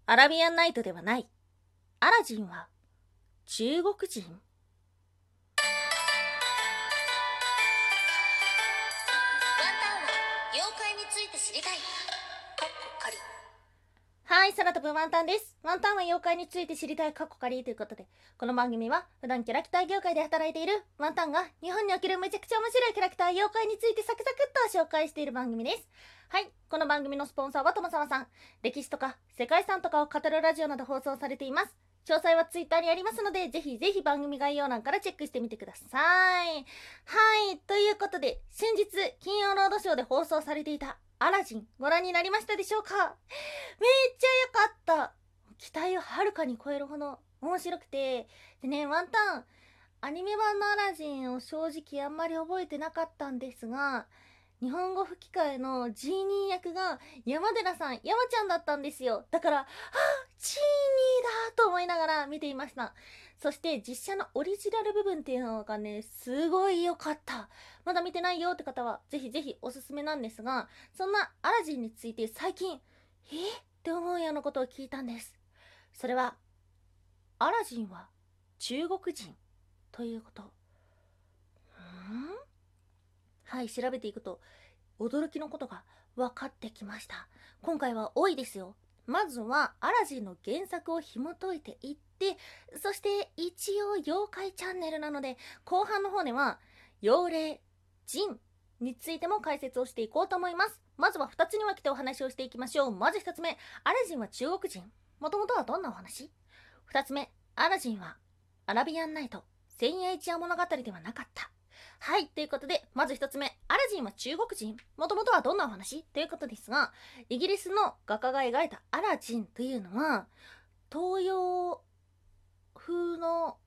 アラビアンナイトではない。アラジンは中国人。 ワンタンは妖怪について知りたい。かっこ仮。 はい、空飛ぶワンタンです。ワンタンは妖怪について知りたいカッコカリということで、この番組は普段キャラクター業界で働いているワンタンが日本におけるめちゃくちゃ面白いキャラクター妖怪についてサクサクっと紹介している番組です。はい、この番組のスポンサーはともさまさん。歴史とか世界遺産とかを語るラジオなど放送されています。詳細はツイッターにありますので、ぜひぜひ番組概要欄からチェックしてみてください。はい、ということで、先日金曜ロードショーで放送されていたアラジン、ご覧になりましたでしょうか？めっちゃ良かった。期待をはるかに超えるほど面白くて、でね、ワンタンアニメ版のアラジンを正直あんまり覚えてなかったんですが、日本語吹き替えのジーニー役が山寺さん、山ちゃんだったんですよ。だから、ジーニーだと思いながら見ていました。そして実写のオリジナル部分っていうのがね、すごい良かった。まだ見てないよって方はぜひぜひおすすめなんですが、そんなアラジンについて最近って思うようなことを聞いたんです。それは、アラジンは中国人ということ。はい、調べていくと驚きのことが分かってきました。今回は多いですよ。まずはアラジンの原作を紐解いていって、そして一応妖怪チャンネルなので、後半の方では妖霊、人についても解説をしていこうと思います。まずは2つに分けてお話をしていきましょう。まず1つ目、アラジンは中国人。もともとはどんなお話？ 2 つ目、アラジンはアラビアンナイト、千夜一夜物語ではなかった。はい、ということで、まず一つ目、アラジンは中国人。もともとはどんなお話ということですが、イギリスの画家が描いたアラジンというのは、東洋風の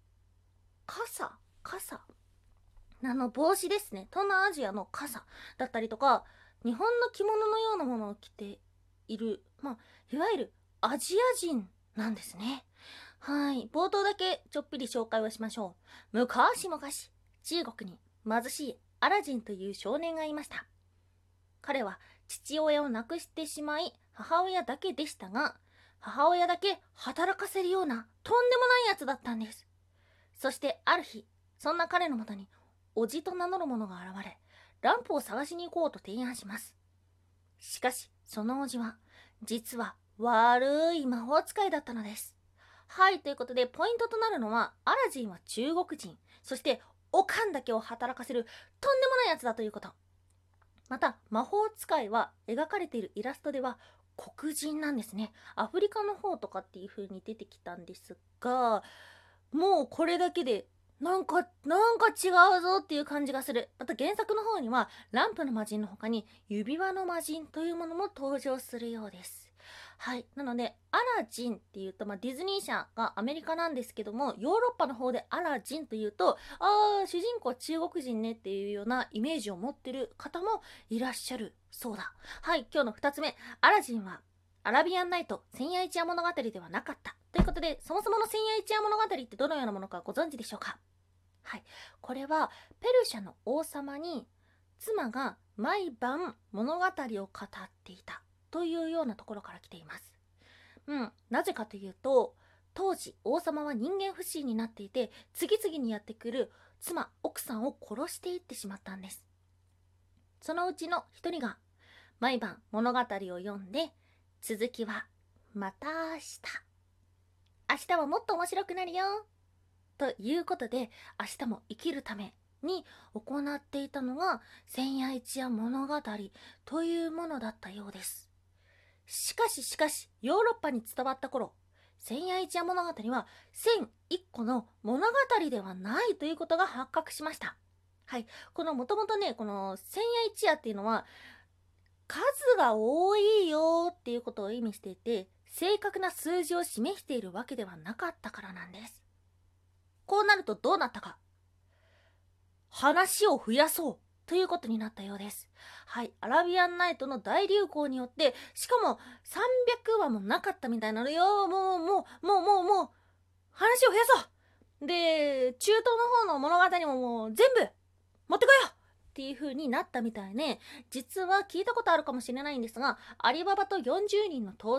傘帽子ですね。東南アジアの傘だったりとか、日本の着物のようなものを着ている、いわゆるアジア人なんですね。はい、冒頭だけちょっぴり紹介をしましょう。昔々、中国に貧しいアラジンという少年がいました。彼は父親を亡くしてしまい母親だけでしたが、母親だけ働かせるようなとんでもないやつだったんです。そしてある日、そんな彼のもとにおじと名乗る者が現れ、ランプを探しに行こうと提案します。しかしそのおじは実は悪い魔法使いだったのです。はい、ということでポイントとなるのは、アラジンは中国人、そしておかんだけを働かせるとんでもないやつだということ。また魔法使いは描かれているイラストでは黒人なんですね。アフリカの方とかっていう風に出てきたんですが、もうこれだけでなんか違うぞっていう感じがする。また原作の方にはランプの魔人の他に指輪の魔人というものも登場するようです。はい、なのでアラジンっていうと、ディズニー社がアメリカなんですけども、ヨーロッパの方でアラジンというと、主人公は中国人ねっていうようなイメージを持ってる方もいらっしゃるそうだ。はい、今日の2つ目、アラジンはアラビアンナイト、千夜一夜物語ではなかったということで、そもそもの千夜一夜物語ってどのようなものかご存知でしょうか？はい、これはペルシャの王様に妻が毎晩物語を語っていたというようなところから来ています。なぜかというと、当時王様は人間不信になっていて、次々にやってくる奥さんを殺していってしまったんです。そのうちの一人が毎晩物語を読んで、続きはまた明日はもっと面白くなるよということで、明日も生きるために行っていたのが千夜一夜物語というものだったようです。しかしヨーロッパに伝わった頃、千夜一夜物語は1001個の物語ではないということが発覚しました。はい、このもともとね、この千夜一夜っていうのは数が多いよっていうことを意味していて、正確な数字を示しているわけではなかったからなんです。こうなるとどうなったか、話を増やそうということになったようです。はい、アラビアンナイトの大流行によって、しかも300話もなかったみたいなのよ。もう話を増やそうで、中東の方の物語ももう全部持ってこようっていう風になったみたいね。実は聞いたことあるかもしれないんですが、アリババと40人の盗賊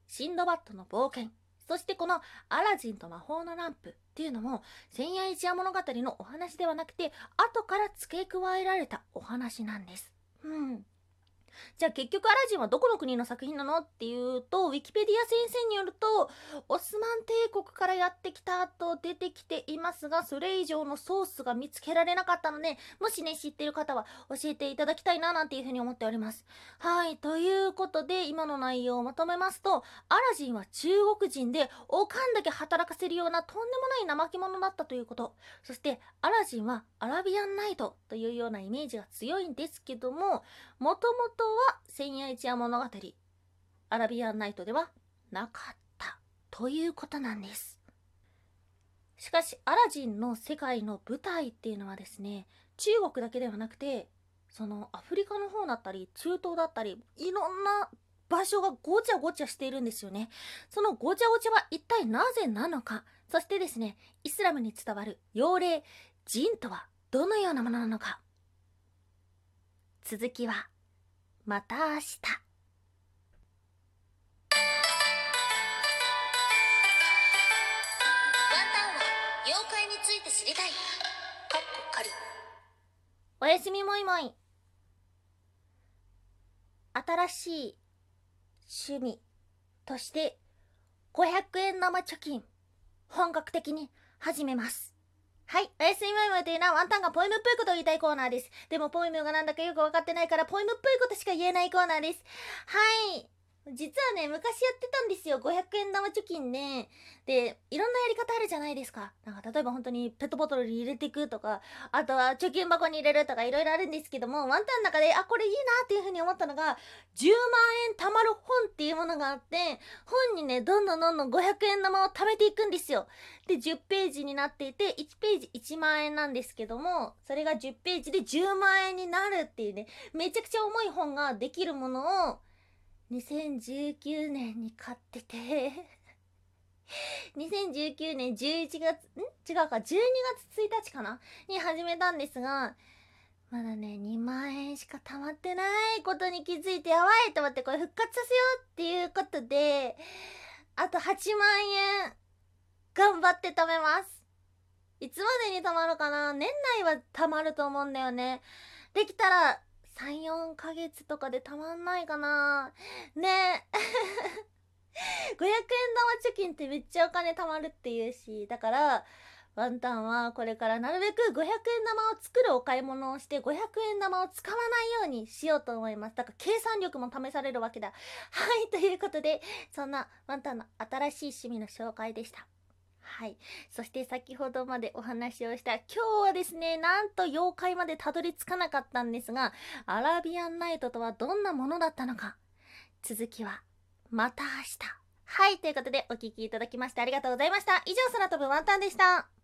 シンドバッドの冒険、そしてこのアラジンと魔法のランプっていうのも千夜一夜物語のお話ではなくて、後から付け加えられたお話なんです。じゃあ結局アラジンはどこの国の作品なのっていうと、ウィキペディア先生によるとオスマン帝国からやってきたと出てきていますが、それ以上のソースが見つけられなかったので、もしね知っている方は教えていただきたいななんていうふうに思っております。はい、ということで今の内容をまとめますと、アラジンは中国人でおかんだけ働かせるようなとんでもない怠け者だったということ、そしてアラジンはアラビアンナイトというようなイメージが強いんですけども、もともとは千夜一夜物語アラビアンナイトではなかったということなんです。しかしアラジンの世界の舞台っていうのはですね、中国だけではなくて、そのアフリカの方だったり中東だったり、いろんな場所がごちゃごちゃしているんですよね。そのごちゃごちゃは一体なぜなのか、そしてですね、イスラムに伝わる妖霊ジンとはどのようなものなのか。続きはまた明日。 ワンタンは妖怪について知りたい。かっこ仮。 おやすみもいもい。新しい趣味として500円生貯金本格的に始めます。はい、おやすみもいもいというのはワンタンがポエムっぽいことを言いたいコーナーです。でもポエムがなんだかよく分かってないからポエムっぽいことしか言えないコーナーです。はい、実はね、昔やってたんですよ、500円玉貯金ね。で、いろんなやり方あるじゃないですか。なんか例えば本当にペットボトルに入れていくとか、あとは貯金箱に入れるとかいろいろあるんですけども、ワンタンの中で、これいいなっていう風に思ったのが、10万円貯まる本っていうものがあって、本にね、どんどん500円玉を貯めていくんですよ。で、10ページになっていて、1ページ1万円なんですけども、それが10ページで10万円になるっていうね、めちゃくちゃ重い本ができるものを、2019年に買ってて2019年11月違うか、12月1日かなに始めたんですが、まだね2万円しか貯まってないことに気づいて、やばいと思って、これ復活させようっていうことで、あと8万円頑張って貯めます。いつまでに貯まるかな。年内は貯まると思うんだよね。できたら3、4ヶ月とかでたまんないかなね。500円玉貯金ってめっちゃお金貯まるっていうし、だからワンタンはこれからなるべく500円玉を作るお買い物をして500円玉を使わないようにしようと思います。だから計算力も試されるわけだ。はい、ということで、そんなワンタンの新しい趣味の紹介でした。はい。そして先ほどまでお話をした今日はですね、なんと妖怪までたどり着かなかったんですが、アラビアンナイトとはどんなものだったのか。続きはまた明日。はい、ということでお聞きいただきましてありがとうございました。以上、空飛ぶワンタンでした。